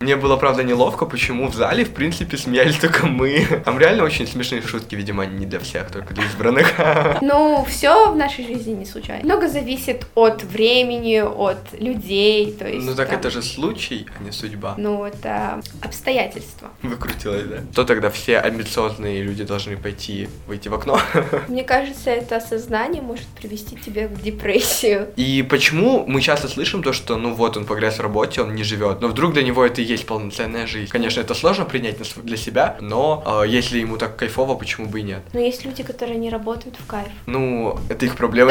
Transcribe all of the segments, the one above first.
Мне было, правда, неловко, почему в зале, в принципе, смеялись только мы. Там реально очень смешные шутки, видимо, они не для всех, только для избранных. Ну, все в нашей жизни не случайно. Много зависит от времени, от людей, то есть... Ну так это же случай, а не судьба. Ну, это обстоятельства. Выкрутилась, да? То тогда все амбициозные люди должны выйти в окно? Мне кажется, это осознание может привести тебя в депрессию. И почему мы часто слышим то, что, ну вот, он погряз в работе, он не живет, но вдруг для него это и есть полноценная жизнь. Конечно, это сложно принять для себя, но если ему так кайфово, почему бы и нет? Но есть люди, которые не работают в кайф. Ну, это их проблемы.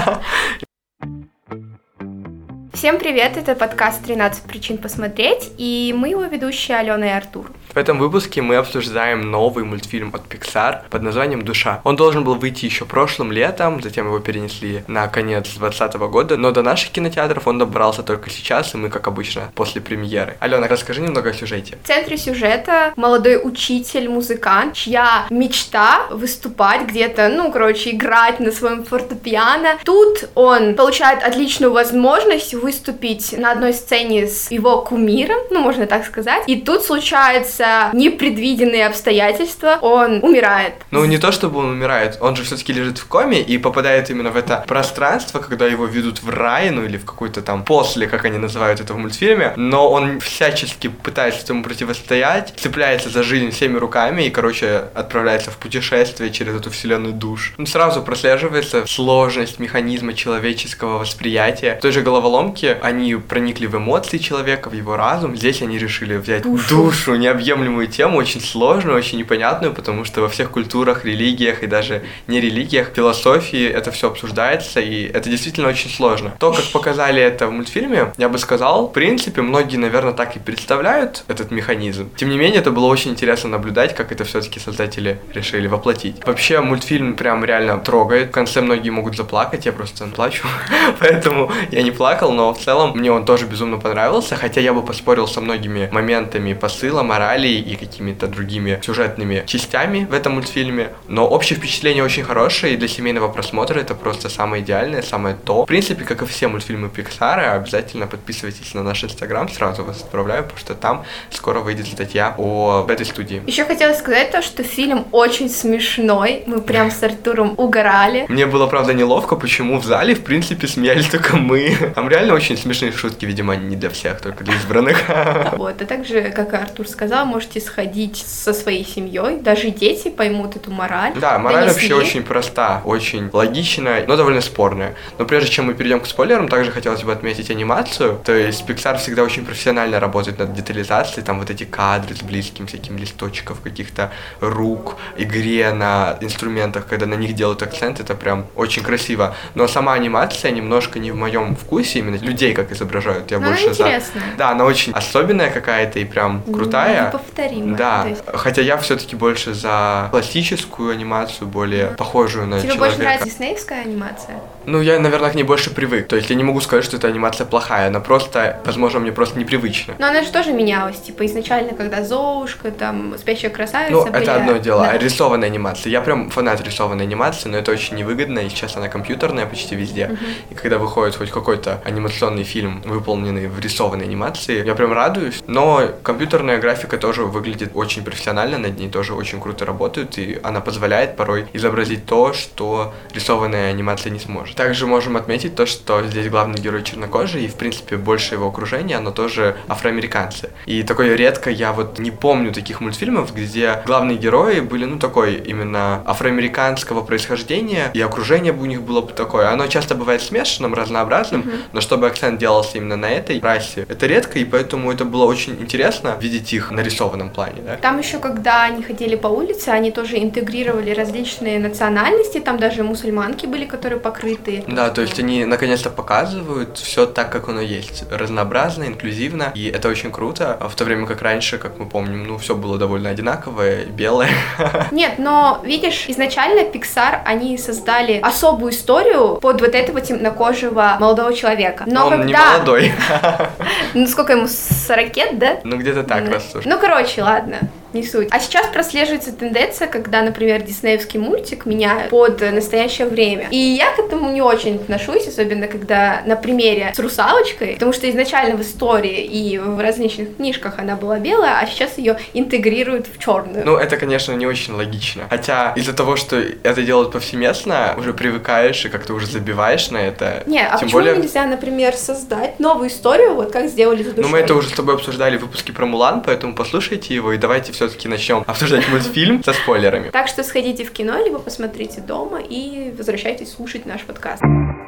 Всем привет, это подкаст «13 причин посмотреть», и мы его ведущие Алена и Артур. В этом выпуске мы обсуждаем новый мультфильм от Pixar под названием «Душа». Он должен был выйти еще прошлым летом, затем его перенесли на конец 2020 года, но до наших кинотеатров он добрался только сейчас, и мы, как обычно, после премьеры. Алена, расскажи немного о сюжете. В центре сюжета молодой учитель-музыкант, чья мечта выступать где-то, играть на своем фортепиано. Тут он получает отличную возможность выступить на одной сцене с его кумиром, можно так сказать, и тут случается непредвиденные обстоятельства, он умирает. Ну, не то чтобы он умирает, он же все-таки лежит в коме и попадает именно в это пространство, когда его ведут в рай, или в какой-то там после, как они называют это в мультфильме, но он всячески пытается этому противостоять, цепляется за жизнь всеми руками и, отправляется в путешествие через эту вселенную душ. Сразу прослеживается сложность механизма человеческого восприятия. В той же головоломке они проникли в эмоции человека, в его разум, здесь они решили взять душу, необъемлемую тему, очень сложную, очень непонятную, потому что во всех культурах, религиях и даже не религиях, философии это все обсуждается, и это действительно очень сложно. То, как показали это в мультфильме, я бы сказал, в принципе, многие, наверное, так и представляют этот механизм. Тем не менее, это было очень интересно наблюдать, как это все-таки создатели решили воплотить. Вообще, мультфильм прям реально трогает. В конце многие могут заплакать, я просто плачу, поэтому я не плакал, но в целом мне он тоже безумно понравился, хотя я бы поспорил со многими моментами посыла, морали и какими-то другими сюжетными частями в этом мультфильме, но общее впечатление очень хорошее, и для семейного просмотра это просто самое идеальное, самое то. В принципе, как и все мультфильмы Pixar, обязательно подписывайтесь на наш Инстаграм, сразу вас отправляю, потому что там скоро выйдет статья об этой студии. Еще хотела сказать то, что фильм очень смешной, мы прям с Артуром угорали. Мне было, правда, неловко, почему в зале, в принципе, смеялись только мы. Там реально очень смешные шутки, видимо, не для всех, только для избранных. Вот, а также, как Артур сказал, можете сходить со своей семьей, даже дети поймут эту мораль. Да, мораль вообще очень проста, очень логичная, но довольно спорная. Но прежде чем мы перейдем к спойлерам, также хотелось бы отметить анимацию. То есть Pixar всегда очень профессионально работает над детализацией, там вот эти кадры с близким всяким листочков, каких-то рук, игре на инструментах, когда на них делают акцент, это прям очень красиво. Но сама анимация немножко не в моем вкусе, именно людей как изображают. Я больше интересная. Да, она очень особенная какая-то и прям крутая. Неповторимая. Да, хотя я все-таки больше за классическую анимацию, более похожую на человека. Тебе больше нравится диснеевская анимация? Я, наверное, к ней больше привык. То есть я не могу сказать, что эта анимация плохая, она просто, возможно, мне просто непривычна. Но она же тоже менялась, изначально, когда Золушка, там, Спящая красавица были... это одно дело, да. Рисованная анимация. Я прям фанат рисованной анимации, но это очень невыгодно, и сейчас она компьютерная почти везде. И когда выходит хоть какой-то анимационный фильм, выполненный в рисованной анимации, я прям радуюсь. Но компьютерная графика тоже выглядит очень профессионально, над ней тоже очень круто работают, и она позволяет порой изобразить то, что рисованная анимация не сможет. Также можем отметить то, что здесь главный герой чернокожий, и, в принципе, больше его окружения, оно тоже афроамериканцы. И такое редко, я не помню таких мультфильмов, где главные герои были, такой именно афроамериканского происхождения, и окружение бы у них было бы такое. Оно часто бывает смешанным, разнообразным, но чтобы акцент делался именно на этой расе, это редко, и поэтому это было очень интересно видеть их в нарисованном плане, да? Там еще, когда они ходили по улице, они тоже интегрировали различные национальности, там даже мусульманки были, которые покрыты. Да, то есть они наконец-то показывают все так, как оно есть. Разнообразно, инклюзивно, и это очень круто. В то время как раньше, как мы помним, все было довольно одинаковое, белое. Нет, но видишь, изначально Pixar, они создали особую историю под вот этого темнокожего молодого человека. Но он не молодой. Сколько ему, 40 лет, да? Где-то так, раз уж. Ладно. не суть. А сейчас прослеживается тенденция, когда, например, диснеевский мультик меняют под настоящее время. И я к этому не очень отношусь, особенно когда на примере с русалочкой, потому что изначально в истории и в различных книжках она была белая, а сейчас ее интегрируют в черную. Ну, это, конечно, не очень логично. Хотя из-за того, что это делают повсеместно, уже привыкаешь и как-то уже забиваешь на это. Не, а почему нельзя, например, создать новую историю, вот как сделали с душой? Ну, мы это уже с тобой обсуждали в выпуске про Мулан, поэтому послушайте его и давайте все-таки начнем обсуждать мультфильм со спойлерами. Так что сходите в кино, либо посмотрите дома и возвращайтесь слушать наш подкаст.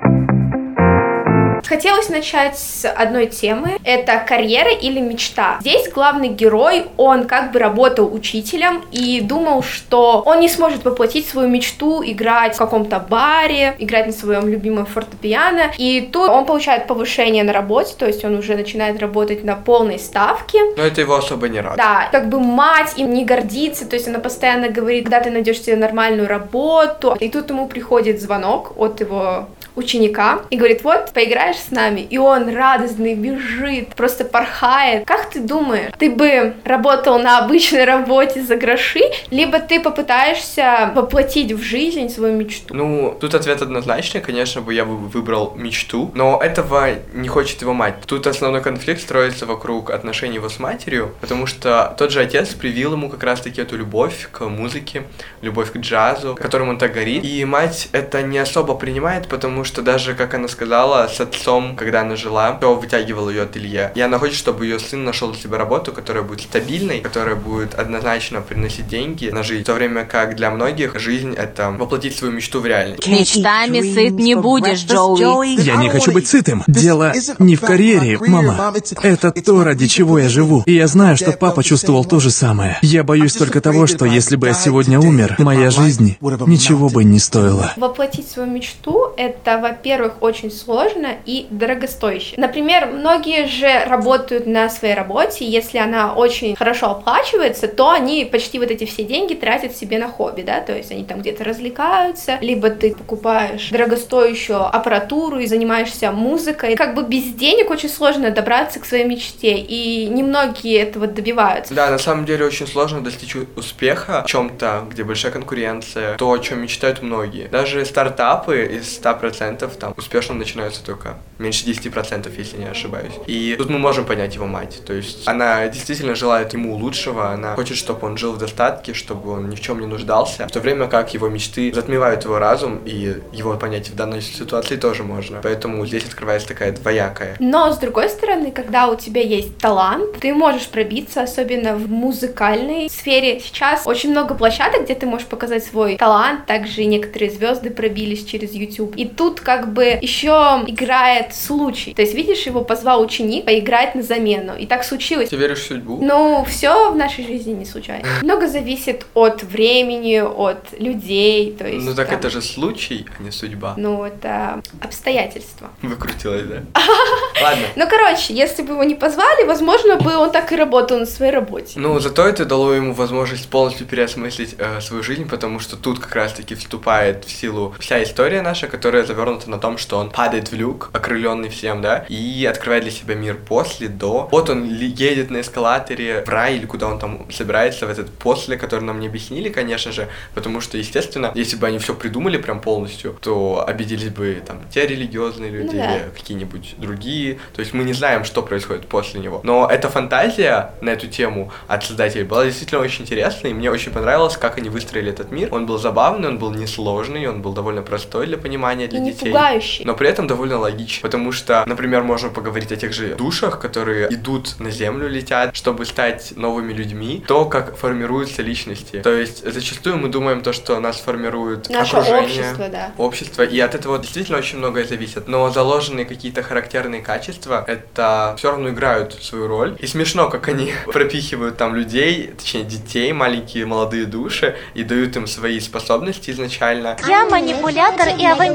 Хотелось начать с одной темы. Это карьера или мечта. Здесь главный герой, он как бы работал учителем и думал, что он не сможет воплотить свою мечту, играть в каком-то баре, играть на своем любимом фортепиано. И тут он получает повышение на работе, то есть он уже начинает работать на полной ставке. Но это его особо не радует. Да, как бы мать им не гордится, то есть она постоянно говорит, когда ты найдешь себе нормальную работу. И тут ему приходит звонок от его ученика и говорит, вот, поиграешь с нами. И он радостный, бежит, просто порхает. Как ты думаешь, ты бы работал на обычной работе за гроши, либо ты попытаешься воплотить в жизнь свою мечту? Ну, тут ответ однозначный, конечно бы я бы выбрал мечту, но этого не хочет его мать. Тут основной конфликт строится вокруг отношений его с матерью, потому что тот же отец привил ему как раз-таки эту любовь к музыке, любовь к джазу, которым он так горит, и мать это не особо принимает, потому что даже, как она сказала, с отцом, когда она жила, то вытягивал ее ателье. И она хочет, чтобы ее сын нашел для себя работу, которая будет стабильной, которая будет однозначно приносить деньги на жизнь. В то время как для многих жизнь — это воплотить свою мечту в реальность. Мечтами сыт не будешь, Джоуи. Я не хочу быть сытым. Дело не в карьере, мама. Это то, ради чего я живу. И я знаю, что папа чувствовал то же самое. Я боюсь только того, что если бы я сегодня умер, моя жизнь ничего бы не стоила. Воплотить свою мечту — это, во-первых, очень сложно и дорогостояще. Например, многие же работают на своей работе, и если она очень хорошо оплачивается, то они почти вот эти все деньги тратят себе на хобби, да, то есть они там где-то развлекаются, либо ты покупаешь дорогостоящую аппаратуру и занимаешься музыкой. Как бы без денег очень сложно добраться к своей мечте, и немногие этого добиваются. Да, на самом деле очень сложно достичь успеха в чем-то, где большая конкуренция, то, о чем мечтают многие. Даже стартапы из 100% там успешно начинаются только меньше 10%, если не ошибаюсь. И тут мы можем понять его мать. То есть она действительно желает ему лучшего, она хочет, чтобы он жил в достатке, чтобы он ни в чем не нуждался, в то время как его мечты затмевают его разум, и его понять в данной ситуации тоже можно. Поэтому здесь открывается такая двоякая. Но, с другой стороны, когда у тебя есть талант, ты можешь пробиться, особенно в музыкальной сфере. Сейчас очень много площадок, где ты можешь показать свой талант, также и некоторые звезды пробились через YouTube. И тут как бы еще играет случай. То есть, видишь, его позвал ученик поиграть на замену. И так случилось. Ты веришь в судьбу? Ну, все в нашей жизни не случайно. Много зависит от времени, от людей. То есть, ну так там... это же случай, а не судьба. Ну, это обстоятельства. Выкрутилась, да? Ладно. Ну, короче, если бы его не позвали, возможно, бы он так и работал на своей работе. Ну, зато это дало ему возможность полностью переосмыслить свою жизнь, потому что тут как раз-таки вступает в силу вся история наша, которая завернута на том, что он падает в люк, окрыленный всем, да, и открывает для себя мир после, до. Вот он едет на эскалаторе в рай, или куда он там собирается, в этот после, который нам не объяснили, конечно же, потому что, естественно, если бы они все придумали прям полностью, то обиделись бы там те религиозные люди, ну, да, или какие-нибудь другие, то есть мы не знаем, что происходит после него. Но эта фантазия на эту тему от создателей была действительно очень интересной, и мне очень понравилось, как они выстроили этот мир. Он был забавный, он был несложный, он был довольно простой для понимания, для детей. Пугающий. Но при этом довольно логичный, потому что, например, можно поговорить о тех же душах, которые идут на землю, летят, чтобы стать новыми людьми, то, как формируются личности. То есть зачастую мы думаем то, что нас формирует наше окружение, общество, и от этого действительно очень многое зависит. Но заложенные какие-то характерные качества, это все равно играют свою роль. И смешно, как они пропихивают там людей, точнее детей, маленькие молодые души, и дают им свои способности изначально. Я манипулятор и авантюрист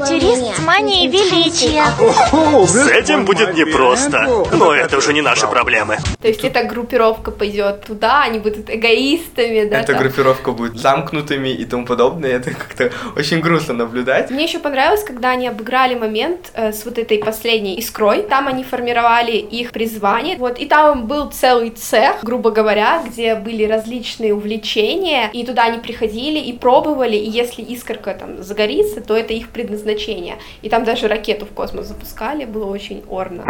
С манией величия. С этим будет непросто. Но это уже не наши проблемы. То есть эта группировка пойдет туда, они будут эгоистами, да? Эта группировка будет замкнутыми и тому подобное. Это как-то очень грустно наблюдать. Мне еще понравилось, когда они обыграли момент с вот этой последней искрой. Там они формировали их призвание. Вот, и там был целый цех, грубо говоря, где были различные увлечения. И туда они приходили и пробовали. И если искорка там загорится, то это их предназначение. И там даже ракету в космос запускали. Было очень орно.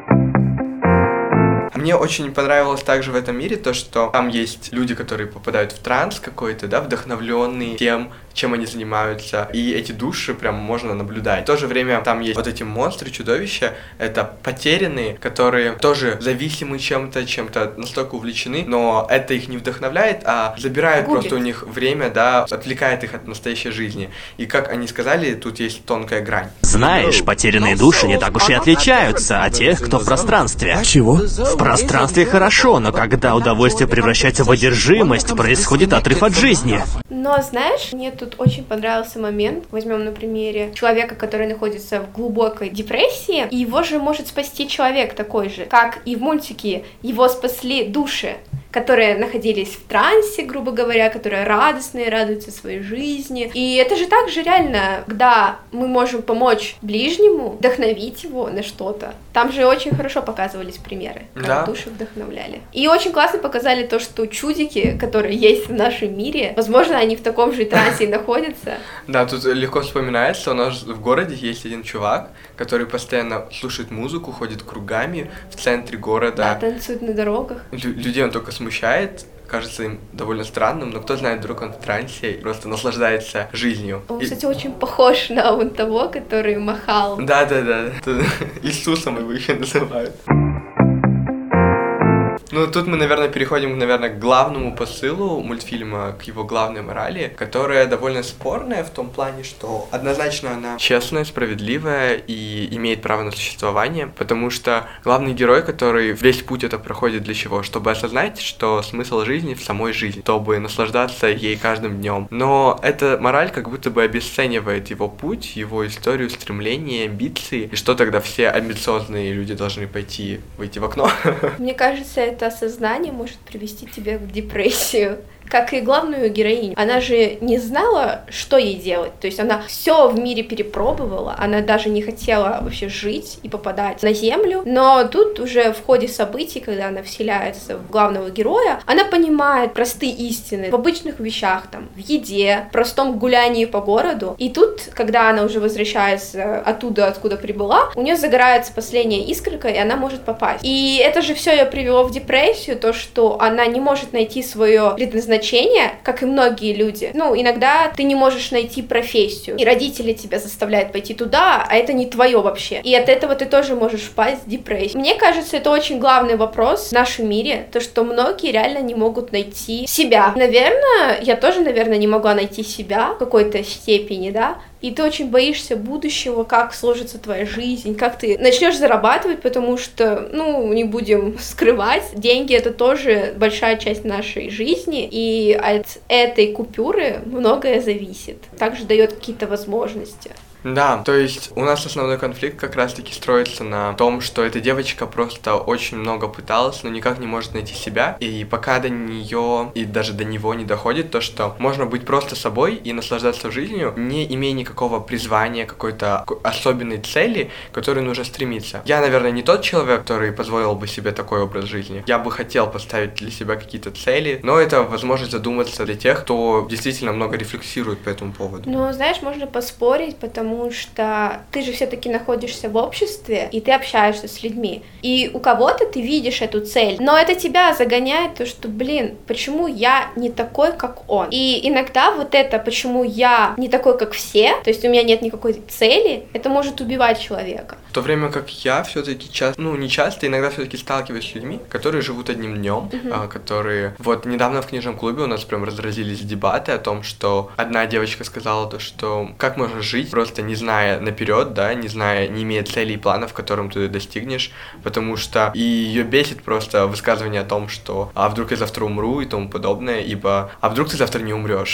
Мне очень понравилось также в этом мире то, что там есть люди, которые попадают в транс какой-то, да, вдохновленные тем, чем они занимаются, и эти души прям можно наблюдать. В то же время там есть вот эти монстры, чудовища, это потерянные, которые тоже зависимы чем-то настолько увлечены, но это их не вдохновляет, а забирает просто у них время, да, отвлекает их от настоящей жизни. И как они сказали, тут есть тонкая грань. Знаешь, потерянные души не так уж и отличаются от тех, кто в пространстве. Чего? В пространстве хорошо, но когда удовольствие превращается в одержимость, происходит отрыв от жизни. Но, знаешь, мне тут очень понравился момент. Возьмем на примере человека, который находится в глубокой депрессии, и его же может спасти человек такой же. Как и в мультике его спасли души, которые находились в трансе, грубо говоря, которые радостные, радуются своей жизни. И это же также реально, когда мы можем помочь ближнему, вдохновить его на что-то. Там же очень хорошо показывались примеры, как души вдохновляли. И очень классно показали то, что чудики, которые есть в нашем мире, возможно, они в таком же трансе и находятся. Да, тут легко вспоминается, у нас в городе есть один чувак, который постоянно слушает музыку, ходит кругами в центре города. Да, танцует на дорогах. Людей он только смущает, кажется им довольно странным, но кто знает, вдруг он в трансе и просто наслаждается жизнью. Он, кстати, очень похож на вон того, который махал. Да. Иисусом его еще называют. Ну, тут мы, наверное, переходим, к главному посылу мультфильма, к его главной морали, которая довольно спорная в том плане, что однозначно она честная, справедливая и имеет право на существование, потому что главный герой, который весь путь это проходит для чего? Чтобы осознать, что смысл жизни в самой жизни, чтобы наслаждаться ей каждым днем. Но эта мораль как будто бы обесценивает его путь, его историю, стремления, амбиции, и что тогда все амбициозные люди должны выйти в окно? Мне кажется, это осознание может привести тебя в депрессию. Как и главную героиню. Она же не знала, что ей делать. То есть она все в мире перепробовала. Она даже не хотела вообще жить и попадать на Землю. Но тут уже в ходе событий, когда она вселяется в главного героя, она понимает простые истины в обычных вещах, там, в еде, в простом гулянии по городу. И тут, когда она уже возвращается оттуда, откуда прибыла, у нее загорается последняя искорка, и она может попасть. И это же все ее привело в депрессию, то, что она не может найти свое предназначение, как и многие люди. Ну, иногда ты не можешь найти профессию, и родители тебя заставляют пойти туда, а это не твое вообще. И от этого ты тоже можешь впасть в депрессию. Мне кажется, это очень главный вопрос в нашем мире, то, что многие реально не могут найти себя. Наверное, я тоже, не могла найти себя в какой-то степени, да, и ты очень боишься будущего, как сложится твоя жизнь, как ты начнешь зарабатывать, потому что, не будем скрывать, деньги — это тоже большая часть нашей жизни, и от этой купюры многое зависит. Также дает какие-то возможности. Да, то есть у нас основной конфликт как раз-таки строится на том, что эта девочка просто очень много пыталась, но никак не может найти себя, и пока до нее и даже до него не доходит то, что можно быть просто собой и наслаждаться жизнью, не имея никакого призвания, какой-то особенной цели, к которой нужно стремиться. Я, наверное, не тот человек, который позволил бы себе такой образ жизни. Я бы хотел поставить для себя какие-то цели, но это возможность задуматься для тех, кто действительно много рефлексирует по этому поводу. Ну, знаешь, можно поспорить, потому что ты же все-таки находишься в обществе, и ты общаешься с людьми. И у кого-то ты видишь эту цель, но это тебя загоняет, то, что, почему я не такой, как он? И иногда вот это, почему я не такой, как все, то есть у меня нет никакой цели, это может убивать человека. В то время как я все-таки часто, не часто, иногда все-таки сталкиваюсь с людьми, которые живут одним днем, которые... Вот недавно в книжном клубе у нас прям разразились дебаты о том, что одна девочка сказала то, что как можно жить, просто не зная наперед, да, не имея целей и планов, к которым ты достигнешь, потому что и ее бесит просто высказывание о том, что а вдруг я завтра умру и тому подобное, ибо а вдруг ты завтра не умрешь,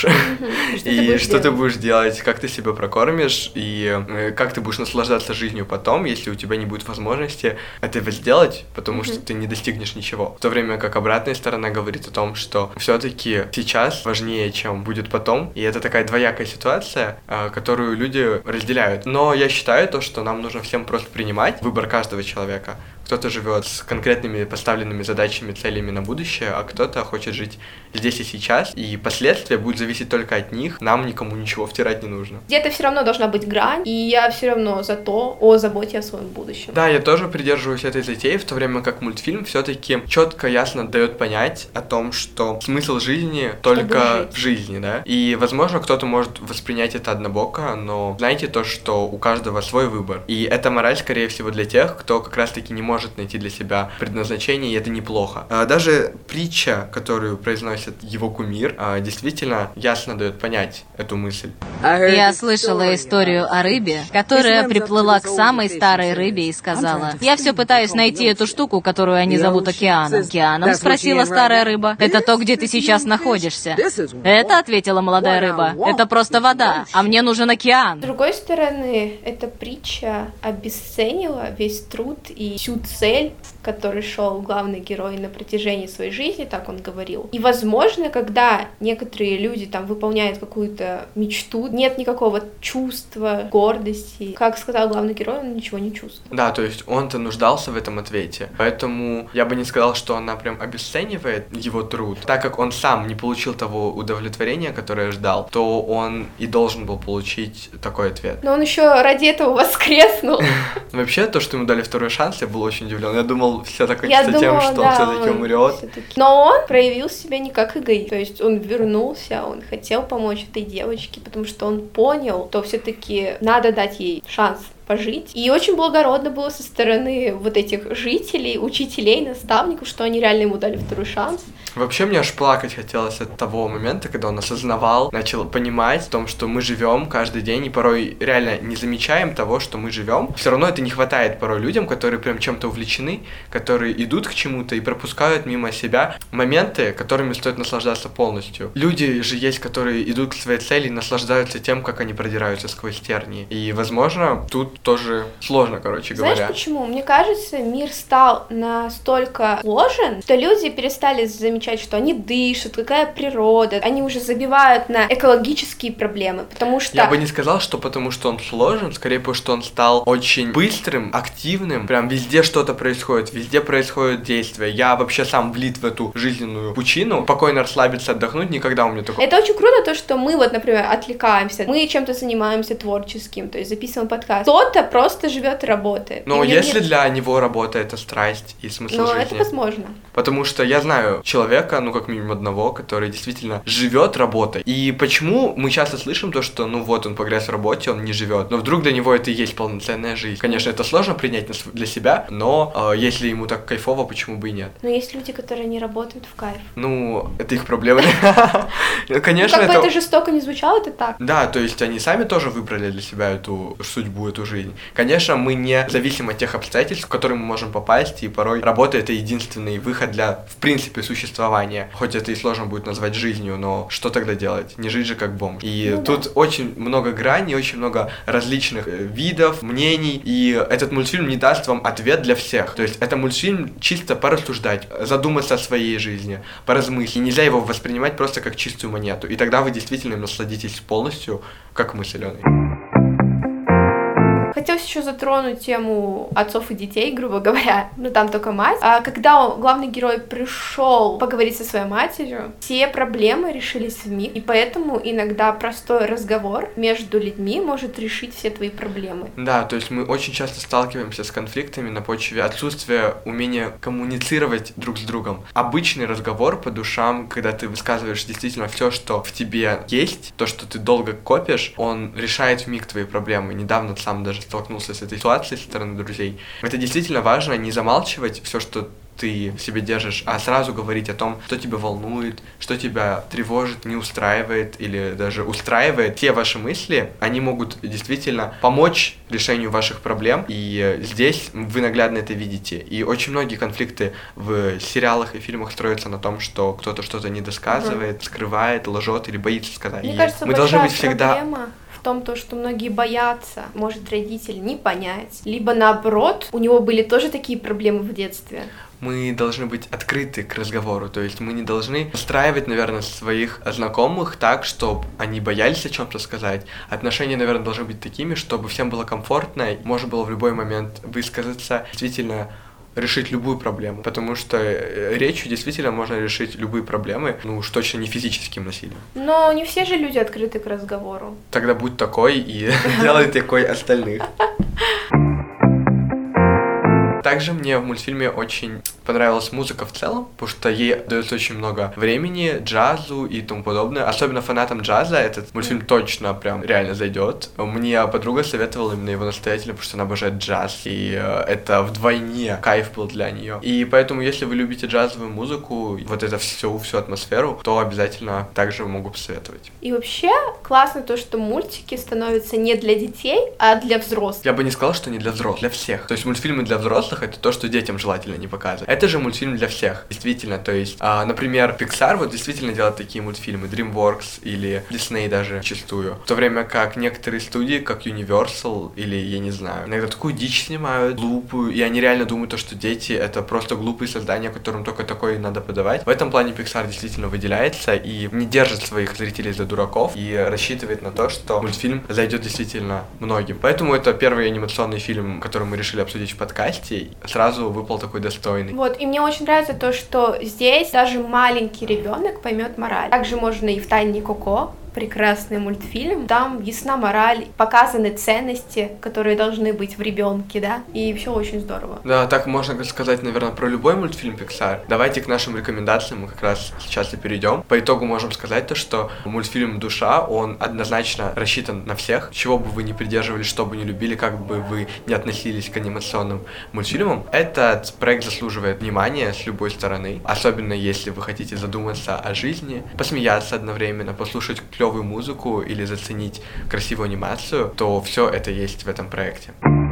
и что ты будешь делать, как ты себя прокормишь, и как ты будешь наслаждаться жизнью потом, если у тебя не будет возможности этого сделать, потому что ты не достигнешь ничего. В то время как обратная сторона говорит о том, что все-таки сейчас важнее, чем будет потом, и это такая двоякая ситуация, которую люди разделяют. Но я считаю то, что нам нужно всем просто принимать выбор каждого человека. Кто-то живет с конкретными поставленными задачами, целями на будущее, а кто-то хочет жить здесь и сейчас, и последствия будут зависеть только от них, нам никому ничего втирать не нужно. Где-то все равно должна быть грань, и я все равно о заботе о своем будущем. Да, я тоже придерживаюсь этой затеи, в то время как мультфильм все-таки четко, ясно дает понять о том, что смысл жизни только в жизни, да, и, возможно, кто-то может воспринять это однобоко, но знаете то, что у каждого свой выбор, и эта мораль, скорее всего, для тех, кто как раз-таки не может найти для себя предназначение, и это неплохо. Даже притча, которую произносит его кумир, действительно ясно дает понять эту мысль. Я слышала историю о рыбе, которая приплыла к самой старой рыбе и сказала: «Я все пытаюсь найти эту штуку, которую они зовут океаном». «Океаном?» — спросила старая рыба. «Это то, где ты сейчас находишься». «Это», — ответила молодая рыба, — «это просто вода, а мне нужен океан». С другой стороны, эта притча обесценила весь труд и всю цель, к которой шел главный герой на протяжении своей жизни, так он говорил. И, возможно, когда некоторые люди там выполняют какую-то мечту, нет никакого чувства, гордости. Как сказал главный герой, он ничего не чувствует. Да, то есть он-то нуждался в этом ответе. Поэтому я бы не сказал, что она прям обесценивает его труд. Так как он сам не получил того удовлетворения, которое ждал, то он и должен был получить такой ответ. Но он еще ради этого воскреснул. Вообще, то, что ему дали второй шанс, я был очень удивлен. Я думал, все закончится тем, что он все-таки умрет. Но он проявил себя не как эгоист. То есть он вернулся, он хотел помочь этой девочке, потому что он понял, что все-таки надо дать ей шанс пожить. И очень благородно было со стороны вот этих жителей, учителей, наставников, что они реально ему дали второй шанс. Вообще мне аж плакать хотелось от того момента, когда он осознавал, начал понимать в том, что мы живем каждый день и порой реально не замечаем того, что мы живем. Все равно это не хватает порой людям, которые прям чем-то увлечены, которые идут к чему-то и пропускают мимо себя моменты, которыми стоит наслаждаться полностью. Люди же есть, которые идут к своей цели и наслаждаются тем, как они продираются сквозь тернии. И, возможно, тут тоже сложно, короче говоря. Знаешь почему? Мне кажется, мир стал настолько сложен, что люди перестали замечать, что они дышат, какая природа. Они уже забивают на экологические проблемы, потому что... Я бы не сказал, что потому что он сложен, скорее потому что он стал очень быстрым, активным, прям везде что-то происходит, везде происходит действие. Я вообще сам влит в эту жизненную пучину, спокойно расслабиться, отдохнуть, никогда у меня такого... Это очень круто, то, что мы вот, например, отвлекаемся, мы чем-то занимаемся творческим, то есть записываем подкаст. Кто-то просто живет и работает. Но если для него работа — это страсть и смысл жизни. Это возможно. Потому что я знаю человека, как минимум одного, который действительно живет работой. И почему мы часто слышим то, что, он погряз в работе, он не живет. Но вдруг для него это и есть полноценная жизнь. Конечно, это сложно принять для себя, но если ему так кайфово, почему бы и нет? Но есть люди, которые не работают в кайф. Это их проблема. Конечно, как бы это жестоко не звучало, это так. Да, то есть они сами тоже выбрали для себя эту судьбу, эту жизнь. Конечно, мы не зависим от тех обстоятельств, в которые мы можем попасть, и порой работа — это единственный выход для, в принципе, существования. Хоть это и сложно будет назвать жизнью, но что тогда делать? Не жить же как бомж. И тут очень много граней, очень много различных видов, мнений, и этот мультфильм не даст вам ответ для всех. То есть это мультфильм чисто порассуждать, задуматься о своей жизни, поразмыслить. Нельзя его воспринимать просто как чистую монету, и тогда вы действительно им насладитесь полностью, как мы с Аленой. Хотелось еще затронуть тему отцов и детей, грубо говоря, там только мать. А когда главный герой пришел поговорить со своей матерью, все проблемы решились вмиг, и поэтому иногда простой разговор между людьми может решить все твои проблемы. Да, то есть мы очень часто сталкиваемся с конфликтами на почве отсутствия умения коммуницировать друг с другом. Обычный разговор по душам, когда ты высказываешь действительно все, что в тебе есть, то, что ты долго копишь, он решает вмиг твои проблемы. Недавно сам даже столкнулся с этой ситуацией со стороны друзей. Это действительно важно, не замалчивать все, что ты в себе держишь, а сразу говорить о том, что тебя волнует, что тебя тревожит, не устраивает или даже устраивает. Все ваши мысли, они могут действительно помочь решению ваших проблем, и здесь вы наглядно это видите. И очень многие конфликты в сериалах и фильмах строятся на том, что кто-то что-то недосказывает, скрывает, лжет или боится сказать. Мне И кажется, мы должны быть всегда... проблема в том, что многие боятся, может родитель не понять, либо наоборот, у него были тоже такие проблемы в детстве. Мы должны быть открыты к разговору, то есть мы не должны устраивать, наверное, своих знакомых так, чтобы они боялись о чем-то сказать. Отношения, наверное, должны быть такими, чтобы всем было комфортно, можно было в любой момент высказаться, действительно решить любую проблему, потому что речью действительно можно решить любые проблемы, ну уж точно не физическим насилием. Но не все же люди открыты к разговору. Тогда будь такой и делай такой остальных. Также мне в мультфильме очень понравилась музыка в целом, потому что ей дается очень много времени, джазу и тому подобное. Особенно фанатам джаза этот мультфильм точно прям реально зайдет. Мне подруга советовала именно его настоятельно, потому что она обожает джаз, и это вдвойне кайф был для нее. И поэтому, если вы любите джазовую музыку, вот это всю атмосферу, то обязательно также могу посоветовать. И вообще классно то, что мультики становятся не для детей, а для взрослых. Я бы не сказал, что не для взрослых, для всех. То есть мультфильмы для взрослых — это то, что детям желательно не показывать. Это же мультфильм для всех, действительно. То есть, например, Pixar вот действительно делает такие мультфильмы, DreamWorks или Disney даже зачастую. В то время как некоторые студии, как Universal или, я не знаю, иногда такую дичь снимают, глупую, и они реально думают, что дети — это просто глупые создания, которым только такое надо подавать. В этом плане Pixar действительно выделяется и не держит своих зрителей за дураков и рассчитывает на то, что мультфильм зайдет действительно многим. Поэтому это первый анимационный фильм, который мы решили обсудить в подкасте. Сразу выпал такой достойный. Вот, и мне очень нравится то, что здесь даже маленький ребенок поймет мораль. Также можно и в «Тайне Коко», прекрасный мультфильм. Там ясна мораль, показаны ценности, которые должны быть в ребенке, да, и все очень здорово. Да, так можно сказать, наверное, про любой мультфильм Pixar. Давайте к нашим рекомендациям мы как раз сейчас и перейдем. По итогу можем сказать то, что мультфильм «Душа», он однозначно рассчитан на всех. Чего бы вы ни придерживались, что бы ни любили, как бы вы ни относились к анимационным мультфильмам, этот проект заслуживает внимания с любой стороны. Особенно если вы хотите задуматься о жизни, посмеяться одновременно, послушать клёвую музыку или заценить красивую анимацию, то все это есть в этом проекте.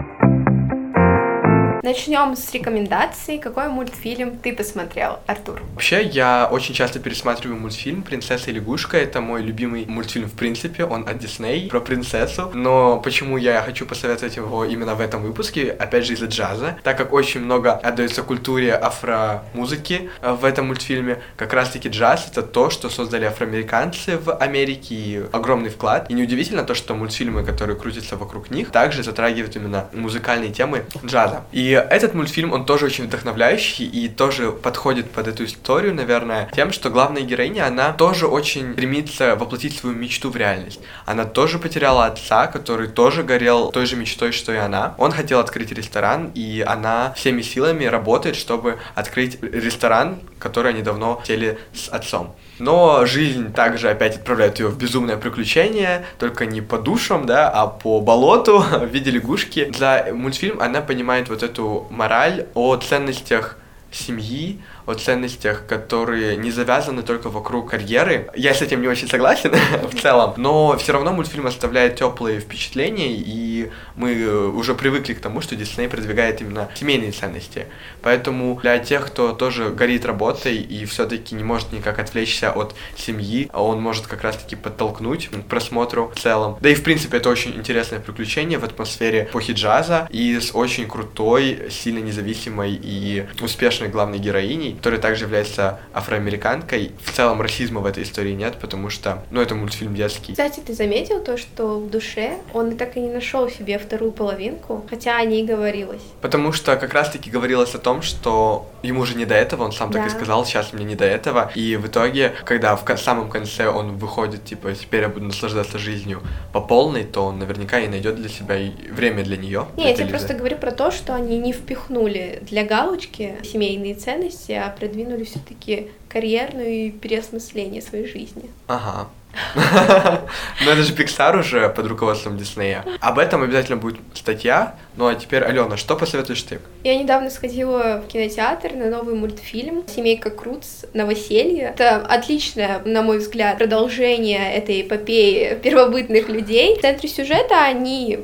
Начнем с рекомендаций. Какой мультфильм ты посмотрел, Артур? Вообще, я очень часто пересматриваю мультфильм «Принцесса и лягушка». Это мой любимый мультфильм в принципе, он от Disney, про принцессу. Но почему я хочу посоветовать его именно в этом выпуске? Опять же, из-за джаза. Так как очень много отдается культуре афромузыки в этом мультфильме, как раз-таки джаз — это то, что создали афроамериканцы в Америке, и огромный вклад. И неудивительно то, что мультфильмы, которые крутятся вокруг них, также затрагивают именно музыкальные темы джаза. И этот мультфильм, он тоже очень вдохновляющий и тоже подходит под эту историю, наверное, тем, что главная героиня, она тоже очень стремится воплотить свою мечту в реальность. Она тоже потеряла отца, который тоже горел той же мечтой, что и она. Он хотел открыть ресторан, и она всеми силами работает, чтобы открыть ресторан, который они давно хотели с отцом. Но жизнь также опять отправляет ее в безумное приключение, только не по душам, да, а по болоту в виде лягушки. За мультфильм она понимает вот эту мораль о ценностях семьи, о ценностях, которые не завязаны только вокруг карьеры. Я с этим не очень согласен в целом, но все равно мультфильм оставляет теплые впечатления, и мы уже привыкли к тому, что Disney продвигает именно семейные ценности. Поэтому для тех, кто тоже горит работой и все-таки не может никак отвлечься от семьи, он может как раз-таки подтолкнуть к просмотру в целом. Да и в принципе это очень интересное приключение в атмосфере эпохи джаза и с очень крутой, сильно независимой и успешной главной героиней, которая также является афроамериканкой. В целом расизма в этой истории нет, потому что, это мультфильм детский. Кстати, ты заметил то, что в «Душе» он так и не нашел себе вторую половинку, хотя о ней говорилось? Потому что как раз-таки говорилось о том, что ему же не до этого, он сам так и сказал, сейчас мне не до этого. И в итоге, когда в самом конце он выходит, типа, теперь я буду наслаждаться жизнью по полной, то он наверняка и найдет для себя и время для нее. Не, я тебе просто говорю про то, что они не впихнули для галочки семейные ценности, а продвинули все-таки карьерную и переосмысление своей жизни. Ага. Но это же Pixar уже под руководством Диснея. Об этом обязательно будет статья. Ну а теперь, Алена, что посоветуешь ты? Я недавно сходила в кинотеатр на новый мультфильм «Семейка Крудс. Новоселье». Это отличное, на мой взгляд, продолжение этой эпопеи первобытных людей. В центре сюжета они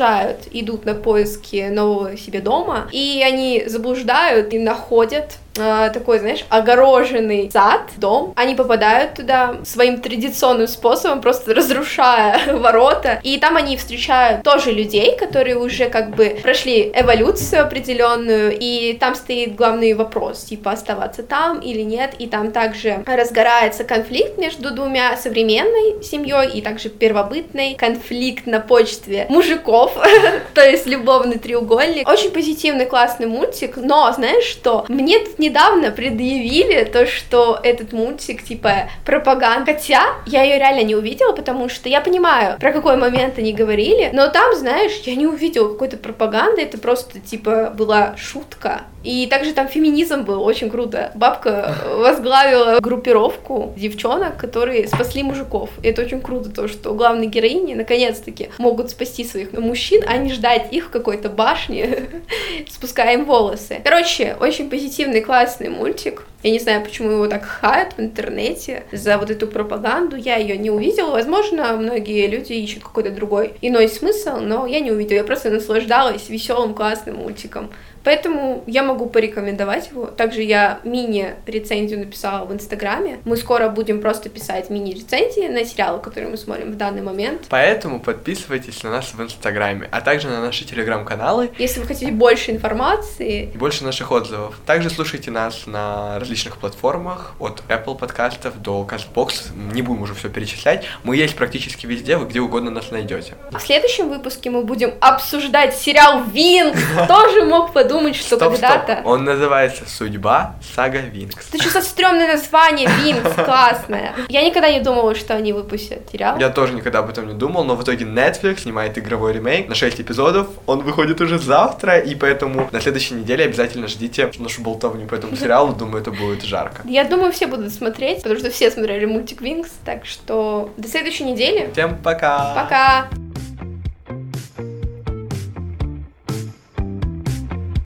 идут на поиски нового себе дома, и они заблуждают и находят такой, знаешь, огороженный сад, дом. Они попадают туда своим традиционным способом, просто разрушая ворота. И там они встречают тоже людей, которые уже как бы прошли эволюцию определенную, и там стоит главный вопрос, типа, оставаться там или нет. И там также разгорается конфликт между двумя: современной семьей и также первобытной. Конфликт на почве мужиков, то есть любовный треугольник. Очень позитивный, классный мультик, но знаешь что? Мне тут недавно предъявили то, что этот мультик, типа, пропаганда. Хотя я ее реально не увидела, потому что я понимаю, про какой момент они говорили, но там, знаешь, я не увидела какой-то пропаганды, это просто, типа, была шутка. И также там феминизм был, очень круто. Бабка возглавила группировку девчонок, которые спасли мужиков. И это очень круто, то, что главные героини наконец-таки могут спасти своих мужчин, а не ждать их в какой-то башне, спуская им волосы. Короче, очень позитивный, классный мультик. Я не знаю, почему его так хайпят в интернете за вот эту пропаганду. Я ее не увидела. Возможно, многие люди ищут какой-то другой иной смысл, но я не увидела. Я просто наслаждалась веселым, классным мультиком. Поэтому я могу порекомендовать его. Также я мини-рецензию написала в Инстаграме. Мы скоро будем просто писать мини-рецензии на сериалы, которые мы смотрим в данный момент. Поэтому подписывайтесь на нас в Инстаграме, а также на наши телеграм-каналы. Если вы хотите больше информации И больше наших отзывов. Также слушайте нас на различных платформах, от Apple подкастов до CastBox. Не будем уже все перечислять. Мы есть практически везде, вы где угодно нас найдете. В следующем выпуске мы будем обсуждать сериал «Винкс». Тоже мог подумать, что когда-то... Он называется «Судьба. Сага Винкс». Это что за стрёмное название? «Винкс» классное. Я никогда не думала, что они выпустят сериал. Я тоже никогда об этом не думал, но в итоге Netflix снимает игровой ремейк на 6 эпизодов. Он выходит уже завтра, и поэтому на следующей неделе обязательно ждите нашу болтовню по этому сериалу. Думаю, это будет жарко. Я думаю, все будут смотреть, потому что все смотрели мультик «Винкс». Так что до следующей недели. Всем пока! Пока!